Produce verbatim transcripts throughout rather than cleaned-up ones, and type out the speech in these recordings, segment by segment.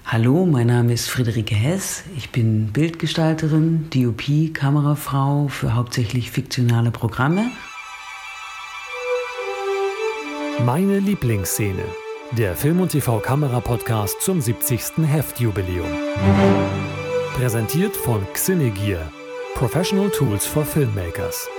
Hallo, mein Name ist Friederike Hess. Ich bin Bildgestalterin, D O P, Kamerafrau für hauptsächlich fiktionale Programme. Meine Lieblingsszene. Der Film- und T V-Kamera-Podcast zum siebzigsten Heftjubiläum. Präsentiert von Cinegear. Professional Tools for Filmmakers.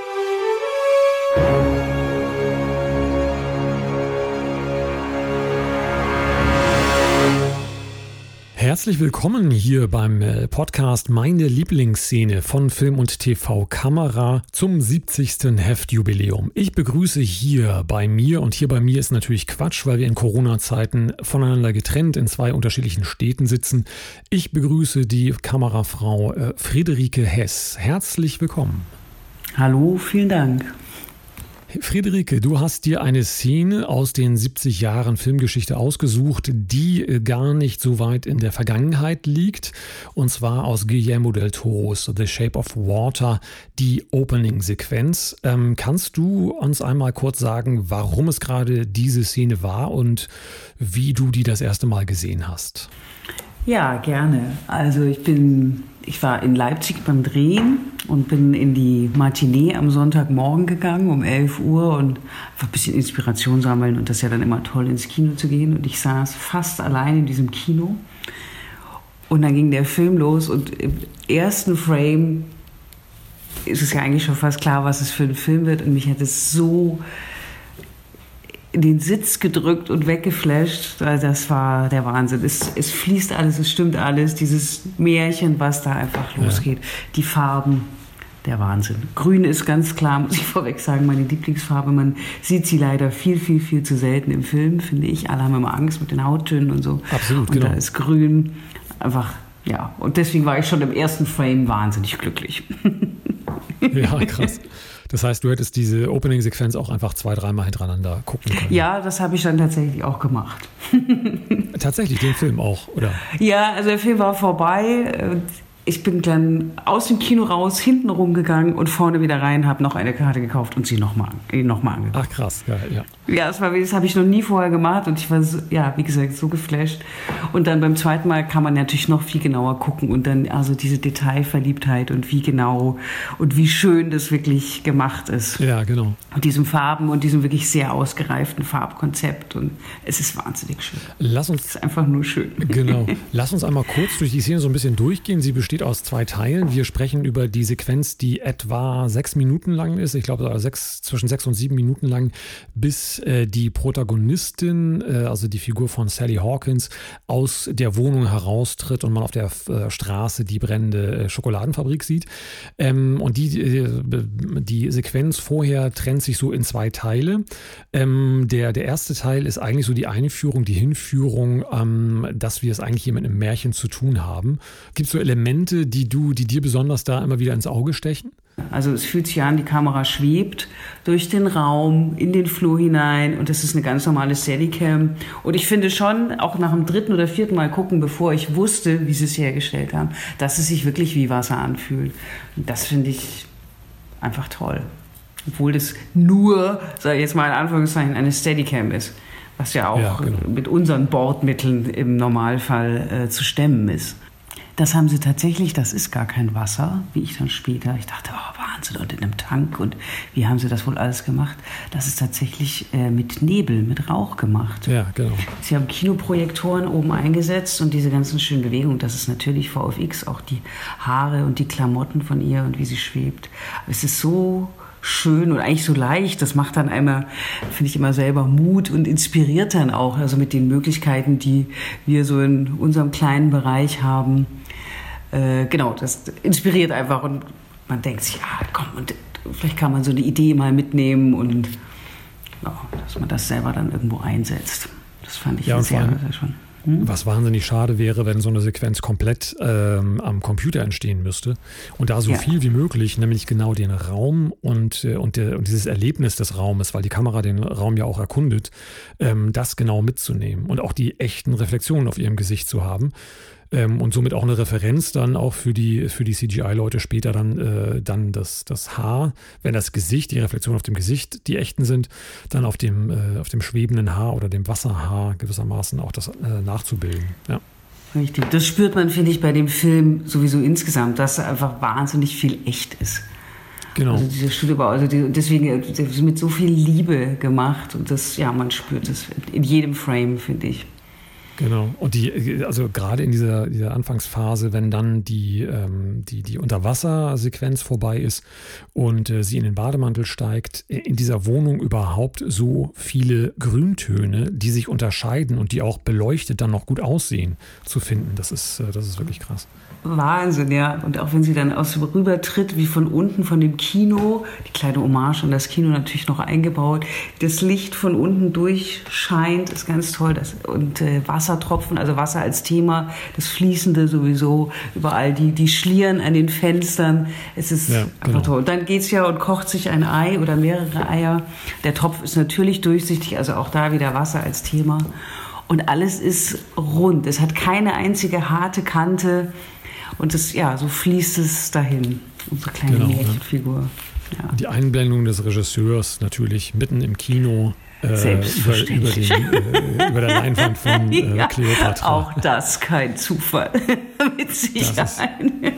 Herzlich willkommen hier beim Podcast Meine Lieblingsszene von Film- und T V-Kamera zum siebzigsten Heftjubiläum. Ich begrüße hier bei mir, und hier bei mir ist natürlich Quatsch, weil wir in Corona-Zeiten voneinander getrennt in zwei unterschiedlichen Städten sitzen. Ich begrüße die Kamerafrau äh, Friederike Hess. Herzlich willkommen. Hallo, vielen Dank. Friederike, du hast dir eine Szene aus den siebzig Jahren Filmgeschichte ausgesucht, die gar nicht so weit in der Vergangenheit liegt. Und zwar aus Guillermo del Toros The Shape of Water, die Opening-Sequenz. Ähm, kannst du uns einmal kurz sagen, warum es gerade diese Szene war und wie du die das erste Mal gesehen hast? Ja, gerne. Also ich bin, ich war in Leipzig beim Drehen und bin in die Matinee am Sonntagmorgen gegangen um elf Uhr und einfach ein bisschen Inspiration sammeln, und das ist ja dann immer toll, ins Kino zu gehen, und ich saß fast allein in diesem Kino und dann ging der Film los und im ersten Frame ist es ja eigentlich schon fast klar, was es für ein Film wird, und mich hat es so in den Sitz gedrückt und weggeflasht. Das war der Wahnsinn. Es, es fließt alles, es stimmt alles. Dieses Märchen, was da einfach losgeht. Ja. Die Farben, der Wahnsinn. Grün ist ganz klar, muss ich vorweg sagen, meine Lieblingsfarbe. Man sieht sie leider viel, viel, viel zu selten im Film, finde ich. Alle haben immer Angst mit den Hauttönen und so. Absolut, und genau. Da ist Grün einfach, ja. Und deswegen war ich schon im ersten Frame wahnsinnig glücklich. Ja, krass. Das heißt, du hättest diese Opening-Sequenz auch einfach zwei, dreimal hintereinander gucken können. Ja, das habe ich dann tatsächlich auch gemacht. Tatsächlich, den Film auch, oder? Ja, also der Film war vorbei. Ich bin dann aus dem Kino raus, hinten rumgegangen und vorne wieder rein, habe noch eine Karte gekauft und sie nochmal noch mal angeguckt. Ach krass, ja, ja. Ja, das, war, das habe ich noch nie vorher gemacht, und ich war, so, ja, wie gesagt, so geflasht. Und dann beim zweiten Mal kann man natürlich noch viel genauer gucken und dann also diese Detailverliebtheit und wie genau und wie schön das wirklich gemacht ist. Ja, genau. Und diesen Farben und diesem wirklich sehr ausgereiften Farbkonzept, und es ist wahnsinnig schön. Lass uns, es ist einfach nur schön. Genau. Lass uns einmal kurz durch die Szene so ein bisschen durchgehen. Sie besteht aus zwei Teilen. Wir sprechen über die Sequenz, die etwa sechs Minuten lang ist. Ich glaube, sechs, zwischen sechs und sieben Minuten lang, bis äh, die Protagonistin, äh, also die Figur von Sally Hawkins, aus der Wohnung heraustritt und man auf der äh, Straße die brennende äh, Schokoladenfabrik sieht. Ähm, und die, äh, die Sequenz vorher trennt sich so in zwei Teile. Ähm, der, der erste Teil ist eigentlich so die Einführung, die Hinführung, ähm, dass wir es eigentlich hier mit einem Märchen zu tun haben. Gibt es so Elemente, die du, die dir besonders da immer wieder ins Auge stechen? Also es fühlt sich an, die Kamera schwebt durch den Raum, in den Flur hinein, und das ist eine ganz normale Steadicam. Und ich finde schon, auch nach dem dritten oder vierten Mal gucken, bevor ich wusste, wie sie es hergestellt haben, dass es sich wirklich wie Wasser anfühlt. Und das finde ich einfach toll. Obwohl das nur, sag ich jetzt mal in Anführungszeichen, eine Steadicam ist, was ja auch ja, genau. mit unseren Bordmitteln im Normalfall äh, zu stemmen ist. Das haben sie tatsächlich, das ist gar kein Wasser, wie ich dann später, ich dachte, oh Wahnsinn, und in einem Tank, und wie haben sie das wohl alles gemacht? Das ist tatsächlich äh, mit Nebel, mit Rauch gemacht. Ja, genau. Sie haben Kinoprojektoren oben eingesetzt und diese ganzen schönen Bewegungen, das ist natürlich V F X, auch die Haare und die Klamotten von ihr und wie sie schwebt. Es ist so schön und eigentlich so leicht, das macht dann einmal, finde ich immer selber Mut und inspiriert dann auch, also mit den Möglichkeiten, die wir so in unserem kleinen Bereich haben. Äh, genau, das inspiriert einfach, und man denkt sich, ja komm, und vielleicht kann man so eine Idee mal mitnehmen, und ja, dass man das selber dann irgendwo einsetzt. Das fand ich ja, sehr, sehr schön. Was wahnsinnig schade wäre, wenn so eine Sequenz komplett ähm, am Computer entstehen müsste und da so ja. viel wie möglich, nämlich genau den Raum und, äh, und, der, und dieses Erlebnis des Raumes, weil die Kamera den Raum ja auch erkundet, ähm, das genau mitzunehmen und auch die echten Reflexionen auf ihrem Gesicht zu haben. Ähm, und somit auch eine Referenz dann auch für die, für die C G I-Leute später dann, äh, dann das, das Haar, wenn das Gesicht, die Reflexion auf dem Gesicht die echten sind, dann auf dem, äh, auf dem schwebenden Haar oder dem Wasserhaar gewissermaßen auch das äh, nachzubilden. Ja. Richtig. Das spürt man, finde ich, bei dem Film sowieso insgesamt, dass einfach wahnsinnig viel echt ist. Genau. Also dieser Studiobau, also die, deswegen mit so viel Liebe gemacht und das, ja, man spürt es in jedem Frame, finde ich. Genau. Und die, also gerade in dieser, dieser Anfangsphase, wenn dann die, ähm, die, die Unterwassersequenz vorbei ist und äh, sie in den Bademantel steigt, in dieser Wohnung überhaupt so viele Grüntöne, die sich unterscheiden und die auch beleuchtet dann noch gut aussehen, zu finden. Das ist, äh, das ist wirklich krass. Wahnsinn, ja. Und auch wenn sie dann aus rübertritt, wie von unten von dem Kino, die kleine Hommage an das Kino natürlich noch eingebaut, das Licht von unten durchscheint, ist ganz toll. Das, und äh, Wassertropfen, also Wasser als Thema, das Fließende sowieso, überall die, die Schlieren an den Fenstern. Es ist ja, einfach genau. toll. Und dann geht's ja und kocht sich ein Ei oder mehrere Eier. Der Topf ist natürlich durchsichtig, also auch da wieder Wasser als Thema. Und alles ist rund. Es hat keine einzige harte Kante. Und das, ja, so fließt es dahin, unsere kleine genau, Märchenfigur. Ja. Die Einblendung des Regisseurs natürlich mitten im Kino äh, über, über, den, äh, über der Leinwand von äh, ja, Kleopatra. Auch das kein Zufall, mit Sicherheit.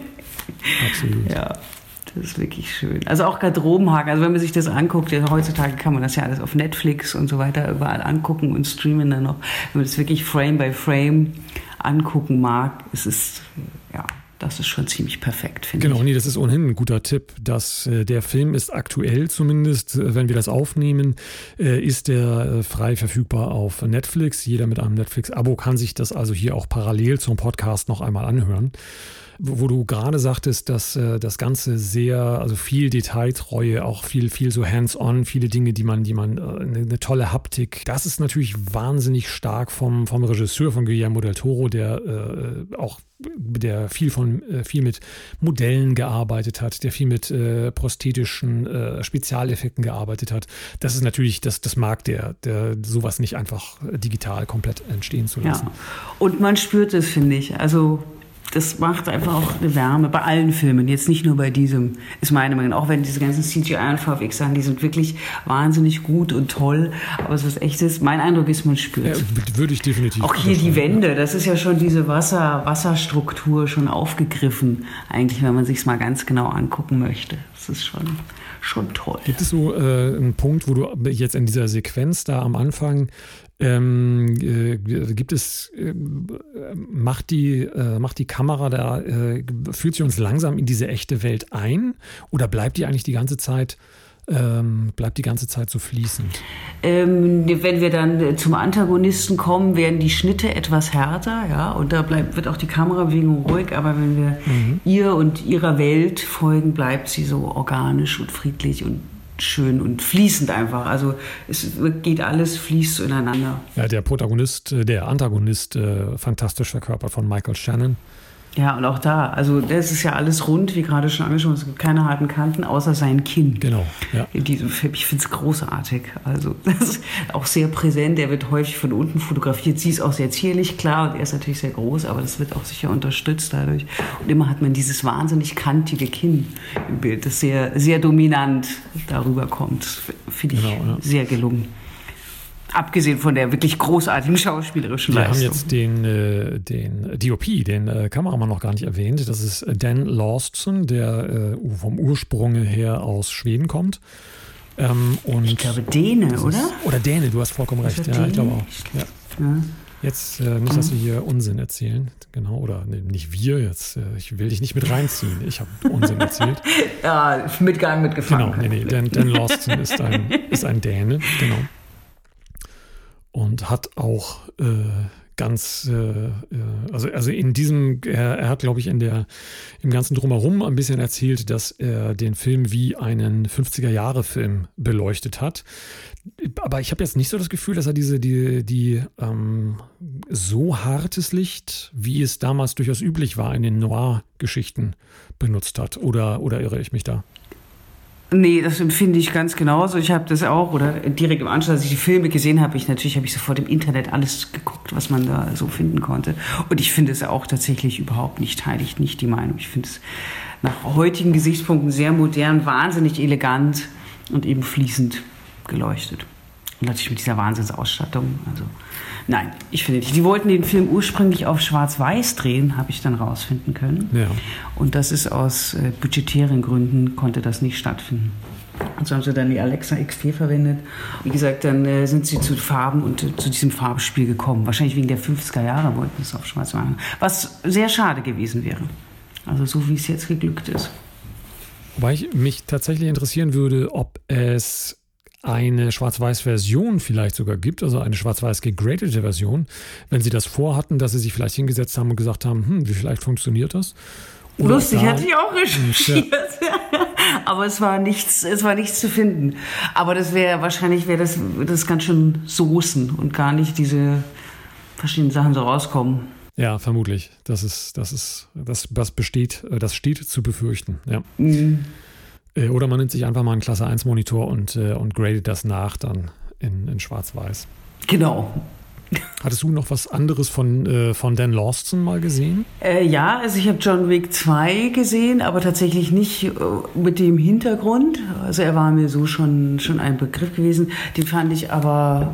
Absolut. Ja, das ist wirklich schön. Also auch Garderobenhaken, also wenn man sich das anguckt, ja, heutzutage kann man das ja alles auf Netflix und so weiter überall angucken und streamen dann noch. Wenn man das wirklich Frame by Frame angucken mag, es ist, ja, das ist schon ziemlich perfekt, finde ich. Genau, nee, das ist ohnehin ein guter Tipp, dass äh, der Film ist aktuell zumindest, äh, wenn wir das aufnehmen, äh, ist der äh, frei verfügbar auf Netflix. Jeder mit einem Netflix-Abo kann sich das also hier auch parallel zum Podcast noch einmal anhören. Wo du gerade sagtest, dass äh, das Ganze sehr, also viel Detailtreue, auch viel, viel so hands-on, viele Dinge, die man, die man, äh, eine, eine tolle Haptik. Das ist natürlich wahnsinnig stark vom, vom Regisseur, von Guillermo del Toro, der äh, auch, der viel von, äh, viel mit Modellen gearbeitet hat, der viel mit äh, prosthetischen äh, Spezialeffekten gearbeitet hat. Das ist natürlich, das, das mag der, der sowas nicht einfach digital komplett entstehen zu lassen. Ja. Und man spürt es, finde ich. Also, das macht einfach auch eine Wärme bei allen Filmen, jetzt nicht nur bei diesem, ist meine Meinung. Auch wenn diese ganzen C G I und V F X-Sachen, die sind wirklich wahnsinnig gut und toll, aber es ist echtes. Mein Eindruck ist, man spürt. Ja, würde ich definitiv. Auch hier die Wände, das ist ja schon diese Wasser, Wasserstruktur schon aufgegriffen, eigentlich, wenn man sich es mal ganz genau angucken möchte. Das ist schon, schon toll. Gibt es so äh, einen Punkt, wo du jetzt in dieser Sequenz da am Anfang Ähm, äh, gibt es, äh, macht die, äh, macht die Kamera da, äh, führt sie uns langsam in diese echte Welt ein oder bleibt die eigentlich die ganze Zeit, ähm, bleibt die ganze Zeit so fließend? Ähm, wenn wir dann zum Antagonisten kommen, werden die Schnitte etwas härter, ja, und da bleibt, wird auch die Kamerabewegung ruhig, aber wenn wir mhm. ihr und ihrer Welt folgen, bleibt sie so organisch und friedlich und schön und fließend einfach. Also es geht alles, fließt so ineinander. Ja, der Protagonist, der Antagonist, äh, fantastisch verkörpert von Michael Shannon. Ja, und auch da, also das ist ja alles rund, wie gerade schon angesprochen, es gibt keine harten Kanten, außer sein Kinn. Genau, ja. In diesem Film, ich finde es großartig. Also das ist auch sehr präsent, er wird häufig von unten fotografiert, sie ist auch sehr zierlich, klar, und er ist natürlich sehr groß, aber das wird auch sicher unterstützt dadurch. Und immer hat man dieses wahnsinnig kantige Kinn im Bild, das sehr, sehr dominant darüber kommt. Finde ich genau, ja. sehr gelungen. Abgesehen von der wirklich großartigen schauspielerischen Wir Leistung. Wir haben jetzt den, äh, den D O P, den äh, Kameramann noch gar nicht erwähnt. Das ist Dan Laustsen, der äh, vom Ursprung her aus Schweden kommt. Ähm, und ich glaube Däne, ist, oder? Oder Däne, du hast vollkommen recht. Ja, ich glaube auch. Ja. Ja. Jetzt äh, nicht, dass wir hier Unsinn erzählen. Genau, oder nee, nicht wir. Jetzt, äh, ich will dich nicht mit reinziehen. Ich habe Unsinn erzählt. Ja, mitgegangen, mitgefangen. Genau, nee, nee. Dan, Dan Laustsen ist ein, ist ein Däne, genau. Und hat auch äh, ganz, äh, also, also in diesem, er, er hat, glaube ich, in der, im ganzen Drumherum ein bisschen erzählt, dass er den Film wie einen fünfziger-Jahre-Film beleuchtet hat. Aber ich habe jetzt nicht so das Gefühl, dass er diese, die, die ähm, so hartes Licht, wie es damals durchaus üblich war, in den Noir-Geschichten benutzt hat. Oder, oder irre ich mich da? Nee, das empfinde ich ganz genauso. Ich habe das auch, oder direkt im Anschluss, als ich die Filme gesehen habe, ich natürlich habe ich sofort im Internet alles geguckt, was man da so finden konnte. Und ich finde es auch tatsächlich überhaupt nicht, teile ich nicht die Meinung. Ich finde es nach heutigen Gesichtspunkten sehr modern, wahnsinnig elegant und eben fließend geleuchtet. Und natürlich mit dieser Wahnsinnsausstattung. Also, nein, ich finde nicht. Die wollten den Film ursprünglich auf Schwarz-Weiß drehen, habe ich dann rausfinden können. Ja. Und das ist aus äh, budgetären Gründen, konnte das nicht stattfinden. Und so haben sie dann die Alexa X T verwendet. Wie gesagt, dann äh, sind sie zu Farben und äh, zu diesem Farbspiel gekommen. Wahrscheinlich wegen der fünfziger Jahre wollten sie es auf Schwarz machen. Was sehr schade gewesen wäre. Also so, wie es jetzt geglückt ist. Wobei ich mich tatsächlich interessieren würde, ob es eine Schwarz-Weiß-Version vielleicht sogar gibt, also eine schwarz-weiß gegradete Version, wenn sie das vorhatten, dass sie sich vielleicht hingesetzt haben und gesagt haben, hm, wie vielleicht funktioniert das? Oder lustig, hatte ich auch recherchiert. Ja. Aber es war nichts, es war nichts zu finden. Aber das wäre, wahrscheinlich wäre das, das ganz schön Soßen und gar nicht diese verschiedenen Sachen so rauskommen. Ja, vermutlich. Das ist, das ist, das, das besteht, das steht zu befürchten, ja. Mhm. Oder man nimmt sich einfach mal einen Klasse eins Monitor und, und gradet das nach dann in, in Schwarz-Weiß. Genau. Hattest du noch was anderes von, äh, von Dan Laustsen mal gesehen? Äh, ja, also ich habe John Wick zwei gesehen, aber tatsächlich nicht äh, mit dem Hintergrund. Also er war mir so schon, schon ein Begriff gewesen. Den fand ich aber...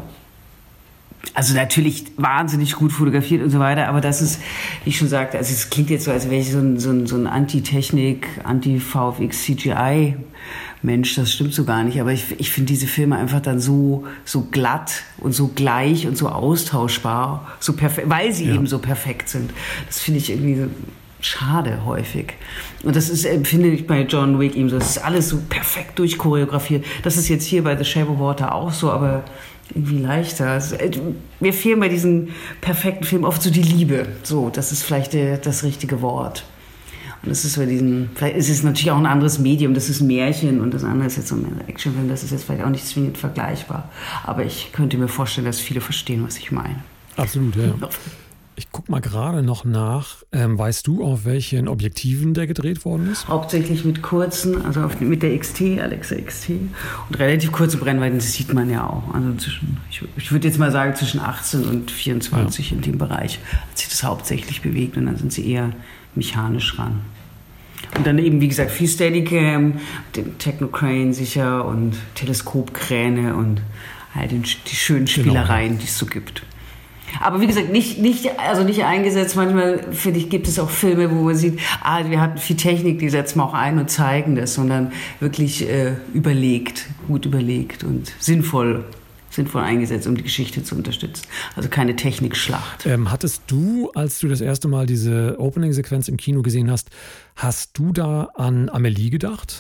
Also natürlich wahnsinnig gut fotografiert und so weiter, aber das ist, wie ich schon sagte, also es klingt jetzt so, als wäre ich so ein, so ein, so ein Anti-Technik, Anti-V F X C G I-Mensch, das stimmt so gar nicht, aber ich, ich finde diese Filme einfach dann so, so glatt und so gleich und so austauschbar, so perfekt, weil sie ja. eben so perfekt sind. Das finde ich irgendwie so schade häufig. Und das ist, empfinde ich bei John Wick eben so, das ist alles so perfekt durchchoreografiert. Das ist jetzt hier bei The Shape of Water auch so, aber irgendwie leichter. Also, mir fehlen bei diesen perfekten Filmen oft so die Liebe. So, das ist vielleicht der, das richtige Wort. Und das ist bei diesen, vielleicht ist es natürlich auch ein anderes Medium, das ist ein Märchen und das andere ist jetzt so ein Actionfilm, das ist jetzt vielleicht auch nicht zwingend vergleichbar. Aber ich könnte mir vorstellen, dass viele verstehen, was ich meine. Absolut, ja. Ich gucke mal gerade noch nach. Ähm, weißt du, auf welchen Objektiven der gedreht worden ist? Hauptsächlich mit kurzen, also auf, mit der X T, Alexa X T. Und relativ kurze Brennweiten, das sieht man ja auch. Also zwischen, ich, ich würde jetzt mal sagen, zwischen achtzehn und vierundzwanzig ja. in dem Bereich hat sich das hauptsächlich bewegt. Und dann sind sie eher mechanisch ran. Und dann eben, wie gesagt, viel Steadicam, den Technocrane sicher und Teleskopkräne und halt die, die schönen Spielereien, genau. die es so gibt. Aber wie gesagt, nicht, nicht, also nicht eingesetzt. Manchmal, finde ich, gibt es auch Filme, wo man sieht, ah, wir hatten viel Technik, die setzen wir auch ein und zeigen das, sondern wirklich äh, überlegt, gut überlegt und sinnvoll, sinnvoll eingesetzt, um die Geschichte zu unterstützen. Also keine Technikschlacht. Ähm, hattest du, als du das erste Mal diese Opening-Sequenz im Kino gesehen hast, hast du da an Amelie gedacht?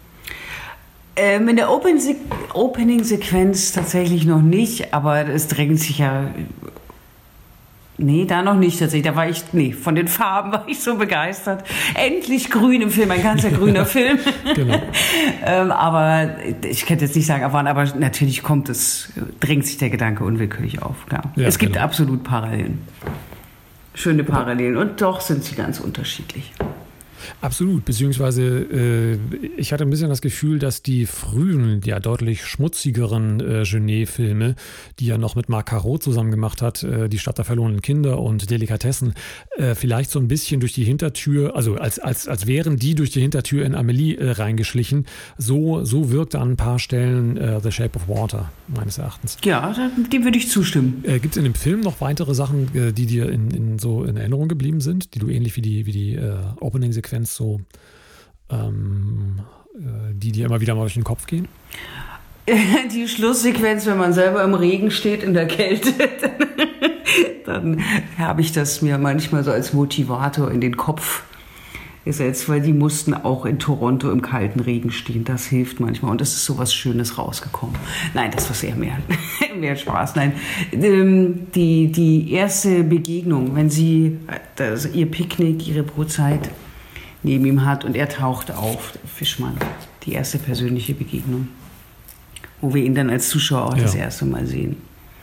Ähm, in der Opening-Sequenz tatsächlich noch nicht, aber es drängt sich ja... Nee, da noch nicht tatsächlich. Da war ich, nee, von den Farben war ich so begeistert. Endlich grün im Film, ein ganzer grüner Film. Genau. ähm, aber ich könnte jetzt nicht sagen, aber, aber natürlich kommt es, drängt sich der Gedanke unwillkürlich auf, klar. Ja, es gibt genau. absolut Parallelen. Schöne Parallelen. Und doch sind sie ganz unterschiedlich. Absolut, beziehungsweise äh, ich hatte ein bisschen das Gefühl, dass die frühen, ja deutlich schmutzigeren äh, Genet-Filme, die ja noch mit Marc Caro zusammen gemacht hat, äh, Die Stadt der verlorenen Kinder und Delikatessen, äh, vielleicht so ein bisschen durch die Hintertür, also als, als, als wären die durch die Hintertür in Amelie äh, reingeschlichen. So, so wirkte an ein paar Stellen äh, The Shape of Water, meines Erachtens. Ja, dem würde ich zustimmen. Äh, Gibt es in dem Film noch weitere Sachen, äh, die dir in, in, so in Erinnerung geblieben sind, die du ähnlich wie die, wie die äh, Opening-Sequenz so, ähm, äh, die dir immer wieder mal durch den Kopf gehen? Die Schlusssequenz, wenn man selber im Regen steht, in der Kälte, dann, dann habe ich das mir manchmal so als Motivator in den Kopf gesetzt, weil die mussten auch in Toronto im kalten Regen stehen. Das hilft manchmal und es ist so was Schönes rausgekommen. Nein, das war sehr mehr, mehr Spaß. Nein, die, die erste Begegnung, wenn sie das, ihr Picknick, ihre Brotzeit neben ihm hat und er taucht auf, der Fischmann, die erste persönliche Begegnung, wo wir ihn dann als Zuschauer auch ja. das erste Mal sehen.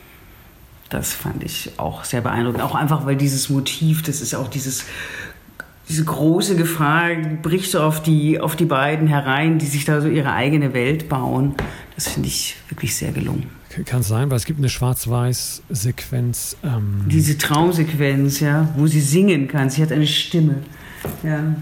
Das fand ich auch sehr beeindruckend. Auch einfach, weil dieses Motiv, das ist auch dieses, diese große Gefahr, bricht so auf die, auf die beiden herein, die sich da so ihre eigene Welt bauen. Das finde ich wirklich sehr gelungen. Kann es sein, weil es gibt eine Schwarz-Weiß-Sequenz. Ähm Diese Traumsequenz, ja, wo sie singen kann. Sie hat eine Stimme. Ja.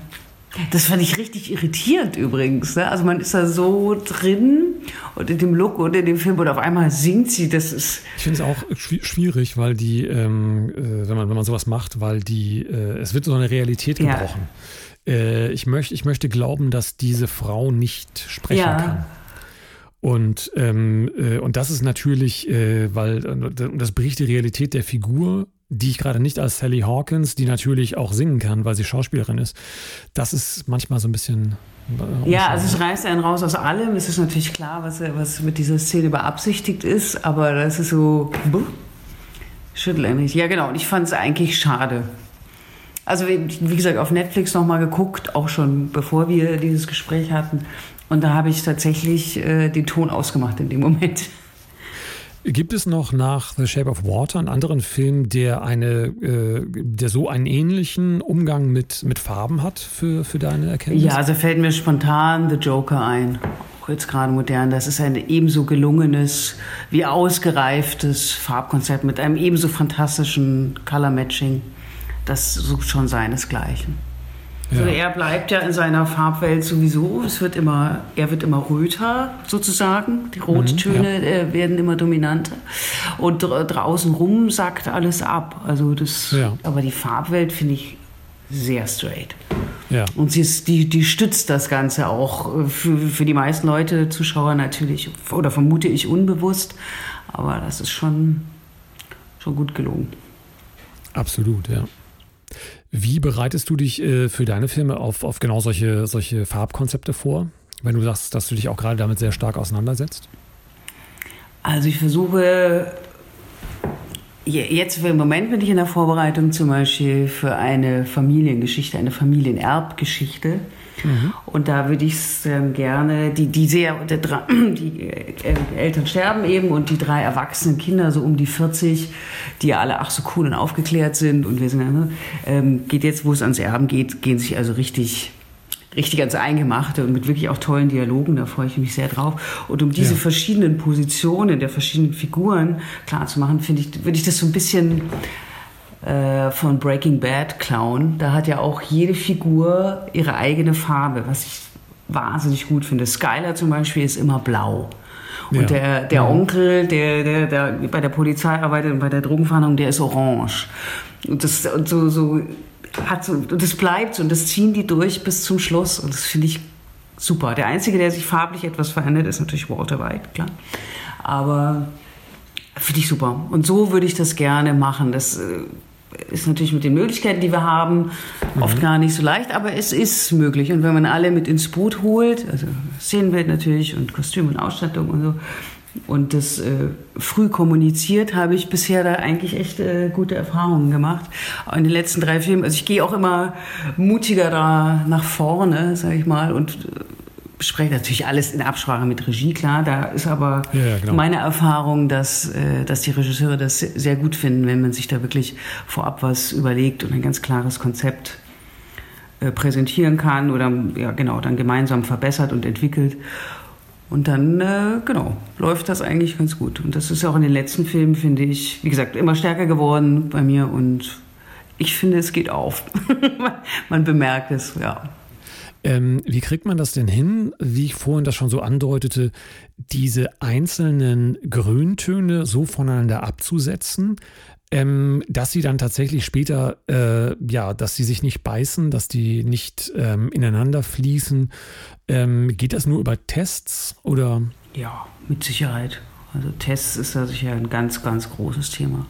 Das fand ich richtig irritierend übrigens. Ne? Also man ist da so drin und in dem Look und in dem Film und auf einmal singt sie. Das ist. Ich finde es auch schwierig, weil die, ähm, wenn man wenn man sowas macht, weil die, äh, es wird so eine Realität gebrochen. Ja. Äh, ich möchte ich möchte glauben, dass diese Frau nicht sprechen ja. kann. Und ähm, äh, und das ist natürlich, äh, weil äh, das bricht die Realität der Figur, die ich gerade nicht als Sally Hawkins, die natürlich auch singen kann, weil sie Schauspielerin ist. Das ist manchmal so ein bisschen... Äh, ja, also es reißt einen raus aus allem. Es ist natürlich klar, was, was mit dieser Szene beabsichtigt ist, aber das ist so... Buh, schüttelähnlich. Ja, genau. Und ich fand es eigentlich schade. Also wie gesagt, auf Netflix nochmal geguckt, auch schon bevor wir dieses Gespräch hatten. Und da habe ich tatsächlich äh, den Ton ausgemacht in dem Moment. Gibt es noch nach The Shape of Water einen anderen Film, der eine, äh, der so einen ähnlichen Umgang mit, mit Farben hat für, für deine Erkenntnis? Ja, also fällt mir spontan The Joker ein. Auch jetzt gerade modern. Das ist ein ebenso gelungenes wie ausgereiftes Farbkonzept mit einem ebenso fantastischen Color Matching. Das sucht schon seinesgleichen. Ja. Also er bleibt ja in seiner Farbwelt sowieso. Es wird immer, er wird immer röter sozusagen. Die Rottöne mhm, ja. äh, werden immer dominanter. Und dra- draußen rum sackt alles ab. Also das, ja. Aber die Farbwelt finde ich sehr straight. Ja. Und sie ist, die, die stützt das Ganze auch für, für die meisten Leute, Zuschauer natürlich, oder vermute ich unbewusst. Aber das ist schon, schon gut gelungen. Absolut, ja. Wie bereitest du dich äh, für deine Filme auf, auf genau solche, solche Farbkonzepte vor, wenn du sagst, dass du dich auch gerade damit sehr stark auseinandersetzt? Also ich versuche, jetzt im Moment bin ich in der Vorbereitung zum Beispiel für eine Familiengeschichte, eine Familienerbgeschichte. Mhm. Und da würde ich es ähm, gerne, die, die, sehr, die, die äh, Eltern sterben eben und die drei erwachsenen Kinder, so um die vierzig, die ja alle ach so cool und aufgeklärt sind und wir sind ja, ähm, geht jetzt, wo es ans Erben geht, gehen sich also richtig, richtig ans Eingemachte und mit wirklich auch tollen Dialogen, da freue ich mich sehr drauf. Und um diese ja. verschiedenen Positionen der verschiedenen Figuren klarzumachen, finde ich, würde ich das so ein bisschen von Breaking Bad klauen. Da hat ja auch jede Figur ihre eigene Farbe, was ich wahnsinnig gut finde. Skyler zum Beispiel ist immer blau. Und ja. der, der ja. Onkel, der, der, der bei der Polizei arbeitet und bei der Drogenfahndung, der ist orange. Und das, und so, so hat so, und das bleibt so und das ziehen die durch bis zum Schluss und das finde ich super. Der Einzige, der sich farblich etwas verändert, ist natürlich Walter White, klar. Aber finde ich super. Und so würde ich das gerne machen. Das ist natürlich mit den Möglichkeiten, die wir haben, mhm. oft gar nicht so leicht, aber es ist möglich. Und wenn man alle mit ins Boot holt, also Szenenwelt natürlich und Kostüm und Ausstattung und so, und das äh, früh kommuniziert, habe ich bisher da eigentlich echt äh, gute Erfahrungen gemacht. In den letzten drei Filmen, also ich gehe auch immer mutiger da nach vorne, sage ich mal, und äh, bespreche natürlich alles in Absprache mit Regie, klar. Da ist aber ja, ja, genau. meine Erfahrung, dass, äh, dass die Regisseure das sehr gut finden, wenn man sich da wirklich vorab was überlegt und ein ganz klares Konzept äh, präsentieren kann oder ja, genau, dann gemeinsam verbessert und entwickelt. Und dann, äh, genau, läuft das eigentlich ganz gut. Und das ist auch in den letzten Filmen, finde ich, wie gesagt, immer stärker geworden bei mir. Und ich finde, es geht auf. Man bemerkt es, ja. Ähm, wie kriegt man das denn hin, wie ich vorhin das schon so andeutete, diese einzelnen Grüntöne so voneinander abzusetzen, ähm, dass sie dann tatsächlich später, äh, ja, dass sie sich nicht beißen, dass die nicht ähm, ineinander fließen? Ähm, geht das nur über Tests oder? Ja, mit Sicherheit. Also Tests ist da sicher ein ganz, ganz großes Thema.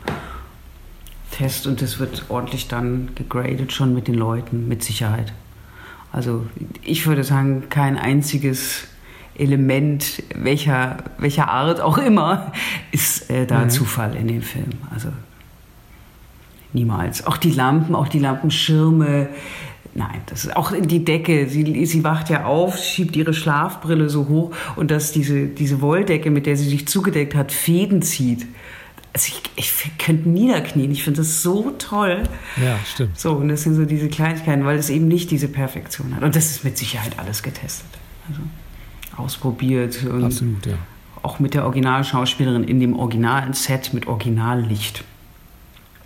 Test und das wird ordentlich dann gegradet schon mit den Leuten, mit Sicherheit. Also ich würde sagen, kein einziges Element, welcher, welcher Art auch immer, ist äh, da mhm. Zufall in dem Film. Also niemals. Auch die Lampen, auch die Lampenschirme, nein, das ist auch die Decke. Sie, sie wacht ja auf, schiebt ihre Schlafbrille so hoch und dass diese, diese Wolldecke, mit der sie sich zugedeckt hat, Fäden zieht. Also ich, ich könnte niederknien. Ich finde das so toll. Ja, stimmt. So, und das sind so diese Kleinigkeiten, weil es eben nicht diese Perfektion hat. Und das ist mit Sicherheit alles getestet. Also ausprobiert. Und absolut, ja. Auch mit der Originalschauspielerin in dem originalen Set mit Originallicht.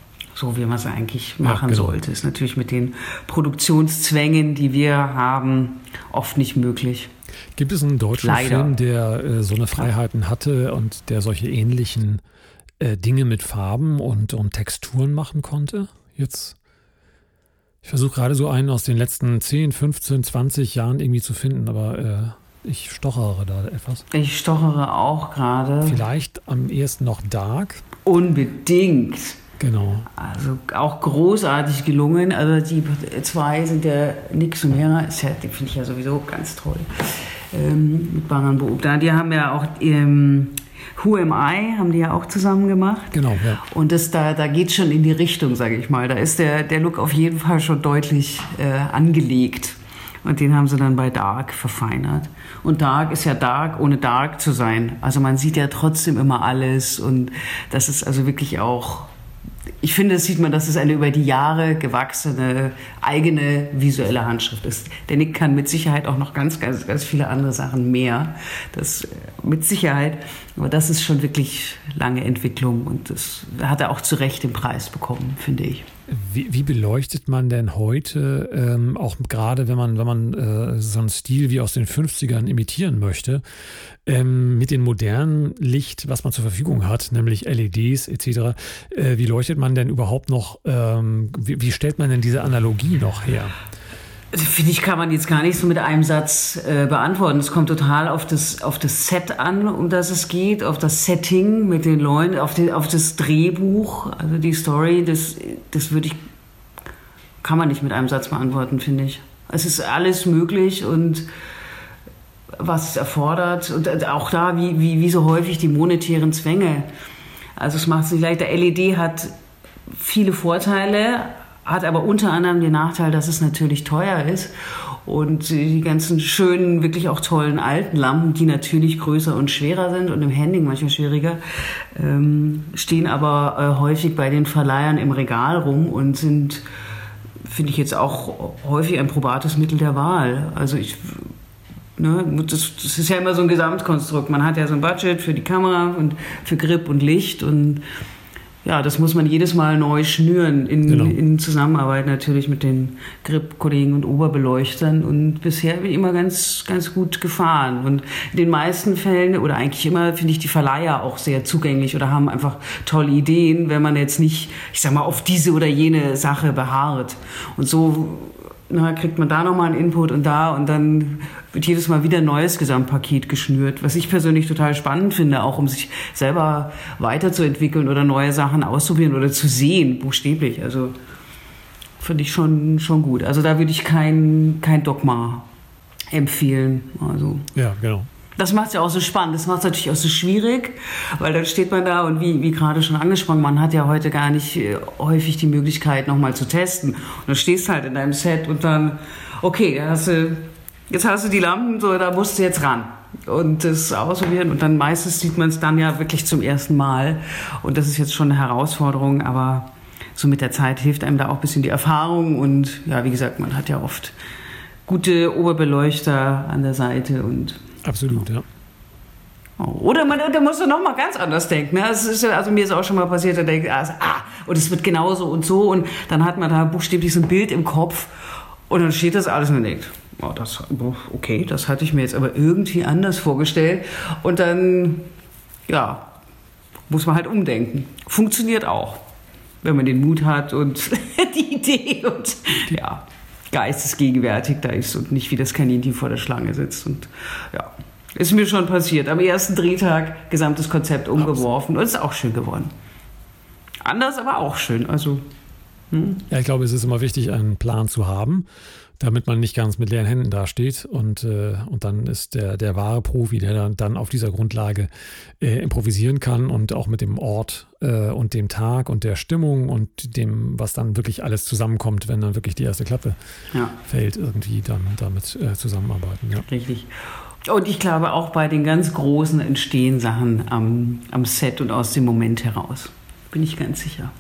so, wie man es eigentlich machen ja, genau. sollte. Ist natürlich mit den Produktionszwängen, die wir haben, oft nicht möglich. Gibt es einen deutschen Leider. Film, der äh, so eine Freiheiten hatte und der solche ähnlichen äh, Dinge mit Farben und, und Texturen machen konnte? Jetzt, ich versuche gerade so einen aus den letzten zehn, fünfzehn, zwanzig Jahren irgendwie zu finden, aber äh, ich stochere da etwas. Ich stochere auch gerade. Vielleicht am ehesten noch Dark. Unbedingt. Genau. Also auch großartig gelungen. Also die zwei sind ja Nix und Hera, ist ja, die finde ich ja sowieso ganz toll. Ähm, mit Baran Boob. Die haben ja auch ähm, Who Am I, haben die ja auch zusammen gemacht. Genau, ja. Und das da, da geht schon in die Richtung, sage ich mal. Da ist der, der Look auf jeden Fall schon deutlich äh, angelegt. Und den haben sie dann bei Dark verfeinert. Und Dark ist ja Dark, ohne Dark zu sein. Also man sieht ja trotzdem immer alles. Und das ist also wirklich auch... Ich finde, das sieht man, dass es eine über die Jahre gewachsene, eigene visuelle Handschrift ist. Der Nick kann mit Sicherheit auch noch ganz, ganz, ganz viele andere Sachen mehr. Das mit Sicherheit. Aber das ist schon wirklich lange Entwicklung und das hat er auch zu Recht den Preis bekommen, finde ich. Wie, wie beleuchtet man denn heute, ähm, auch gerade wenn man, wenn man äh, so einen Stil wie aus den fünfzigern imitieren möchte, ähm, mit dem modernen Licht, was man zur Verfügung hat, nämlich L E Ds et cetera, äh, wie leuchtet man denn überhaupt noch, ähm, wie, wie stellt man denn diese Analogie noch her? Also, finde ich, kann man jetzt gar nicht so mit einem Satz äh, beantworten. Es kommt total auf das, auf das Set an, um das es geht, auf das Setting mit den Leuten, auf, die, auf das Drehbuch, also die Story, das, das würde ich, kann man nicht mit einem Satz beantworten, finde ich. Es ist alles möglich und was es erfordert und auch da, wie, wie, wie so häufig die monetären Zwänge. Also es macht es nicht leichter. L E D hat viele Vorteile, hat aber unter anderem den Nachteil, dass es natürlich teuer ist und die ganzen schönen, wirklich auch tollen alten Lampen, die natürlich größer und schwerer sind und im Handling manchmal schwieriger, ähm, stehen aber äh, häufig bei den Verleihern im Regal rum und sind, finde ich jetzt auch häufig ein probates Mittel der Wahl. Also ich, ne, das, das ist ja immer so ein Gesamtkonstrukt. Man hat ja so ein Budget für die Kamera und für Grip und Licht und ja, das muss man jedes Mal neu schnüren, in, genau. in Zusammenarbeit natürlich mit den Grip-Kollegen und Oberbeleuchtern. Und bisher bin ich immer ganz, ganz gut gefahren. Und in den meisten Fällen, oder eigentlich immer, finde ich die Verleiher auch sehr zugänglich oder haben einfach tolle Ideen, wenn man jetzt nicht, ich sag mal, auf diese oder jene Sache beharrt. Und so na, kriegt man da nochmal einen Input und da und dann wird jedes Mal wieder ein neues Gesamtpaket geschnürt, was ich persönlich total spannend finde, auch um sich selber weiterzuentwickeln oder neue Sachen auszuprobieren oder zu sehen, buchstäblich. Also finde ich schon, schon gut. Also da würde ich kein, kein Dogma empfehlen. Also, ja, genau. Das macht es ja auch so spannend, das macht es natürlich auch so schwierig, weil dann steht man da und wie, wie gerade schon angesprochen, man hat ja heute gar nicht äh, häufig die Möglichkeit, nochmal zu testen. Und dann stehst du halt in deinem Set und dann, okay, hast du, jetzt hast du die Lampen, so, da musst du jetzt ran und das ausprobieren. Und dann meistens sieht man es dann ja wirklich zum ersten Mal. Und das ist jetzt schon eine Herausforderung, aber so mit der Zeit hilft einem da auch ein bisschen die Erfahrung. Und ja, wie gesagt, man hat ja oft gute Oberbeleuchter an der Seite und absolut, ja. Oder man da muss noch mal ganz anders denken. Ne? Das ist, also mir ist auch schon mal passiert, da denkt also, ah, und es wird genauso und so. Und dann hat man da buchstäblich so ein Bild im Kopf und dann steht das alles und man denkt, oh, das, okay, das hatte ich mir jetzt aber irgendwie anders vorgestellt. Und dann, ja, muss man halt umdenken. Funktioniert auch, wenn man den Mut hat und die Idee und ja, geistesgegenwärtig da ist und nicht wie das Kaninchen vor der Schlange sitzt. Und ja, ist mir schon passiert. Am ersten Drehtag gesamtes Konzept umgeworfen und ist auch schön geworden. Anders, aber auch schön. Also, hm. Ja, ich glaube, es ist immer wichtig, einen Plan zu haben, damit man nicht ganz mit leeren Händen dasteht. Und, äh, und dann ist der, der wahre Profi, der dann, dann auf dieser Grundlage äh, improvisieren kann und auch mit dem Ort äh, und dem Tag und der Stimmung und dem, was dann wirklich alles zusammenkommt, wenn dann wirklich die erste Klappe ja. fällt, irgendwie dann damit äh, zusammenarbeiten. Ja. Richtig. Und ich glaube, auch bei den ganz Großen entstehen Sachen am, am Set und aus dem Moment heraus. Bin ich ganz sicher.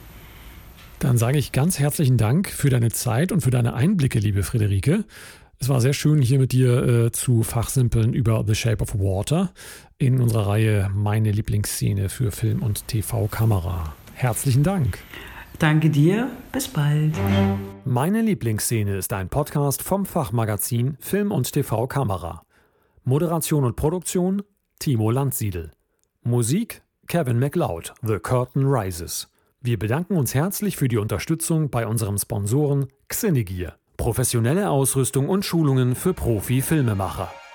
Dann sage ich ganz herzlichen Dank für deine Zeit und für deine Einblicke, liebe Friederike. Es war sehr schön, hier mit dir äh, zu fachsimpeln über The Shape of Water in unserer Reihe Meine Lieblingsszene für Film und T V-Kamera. Herzlichen Dank. Danke dir, bis bald. Meine Lieblingsszene ist ein Podcast vom Fachmagazin Film und T V Kamera. Moderation und Produktion Timo Landsiedel. Musik Kevin MacLeod, The Curtain Rises. Wir bedanken uns herzlich für die Unterstützung bei unserem Sponsoren Xinegear. Professionelle Ausrüstung und Schulungen für Profi-Filmemacher.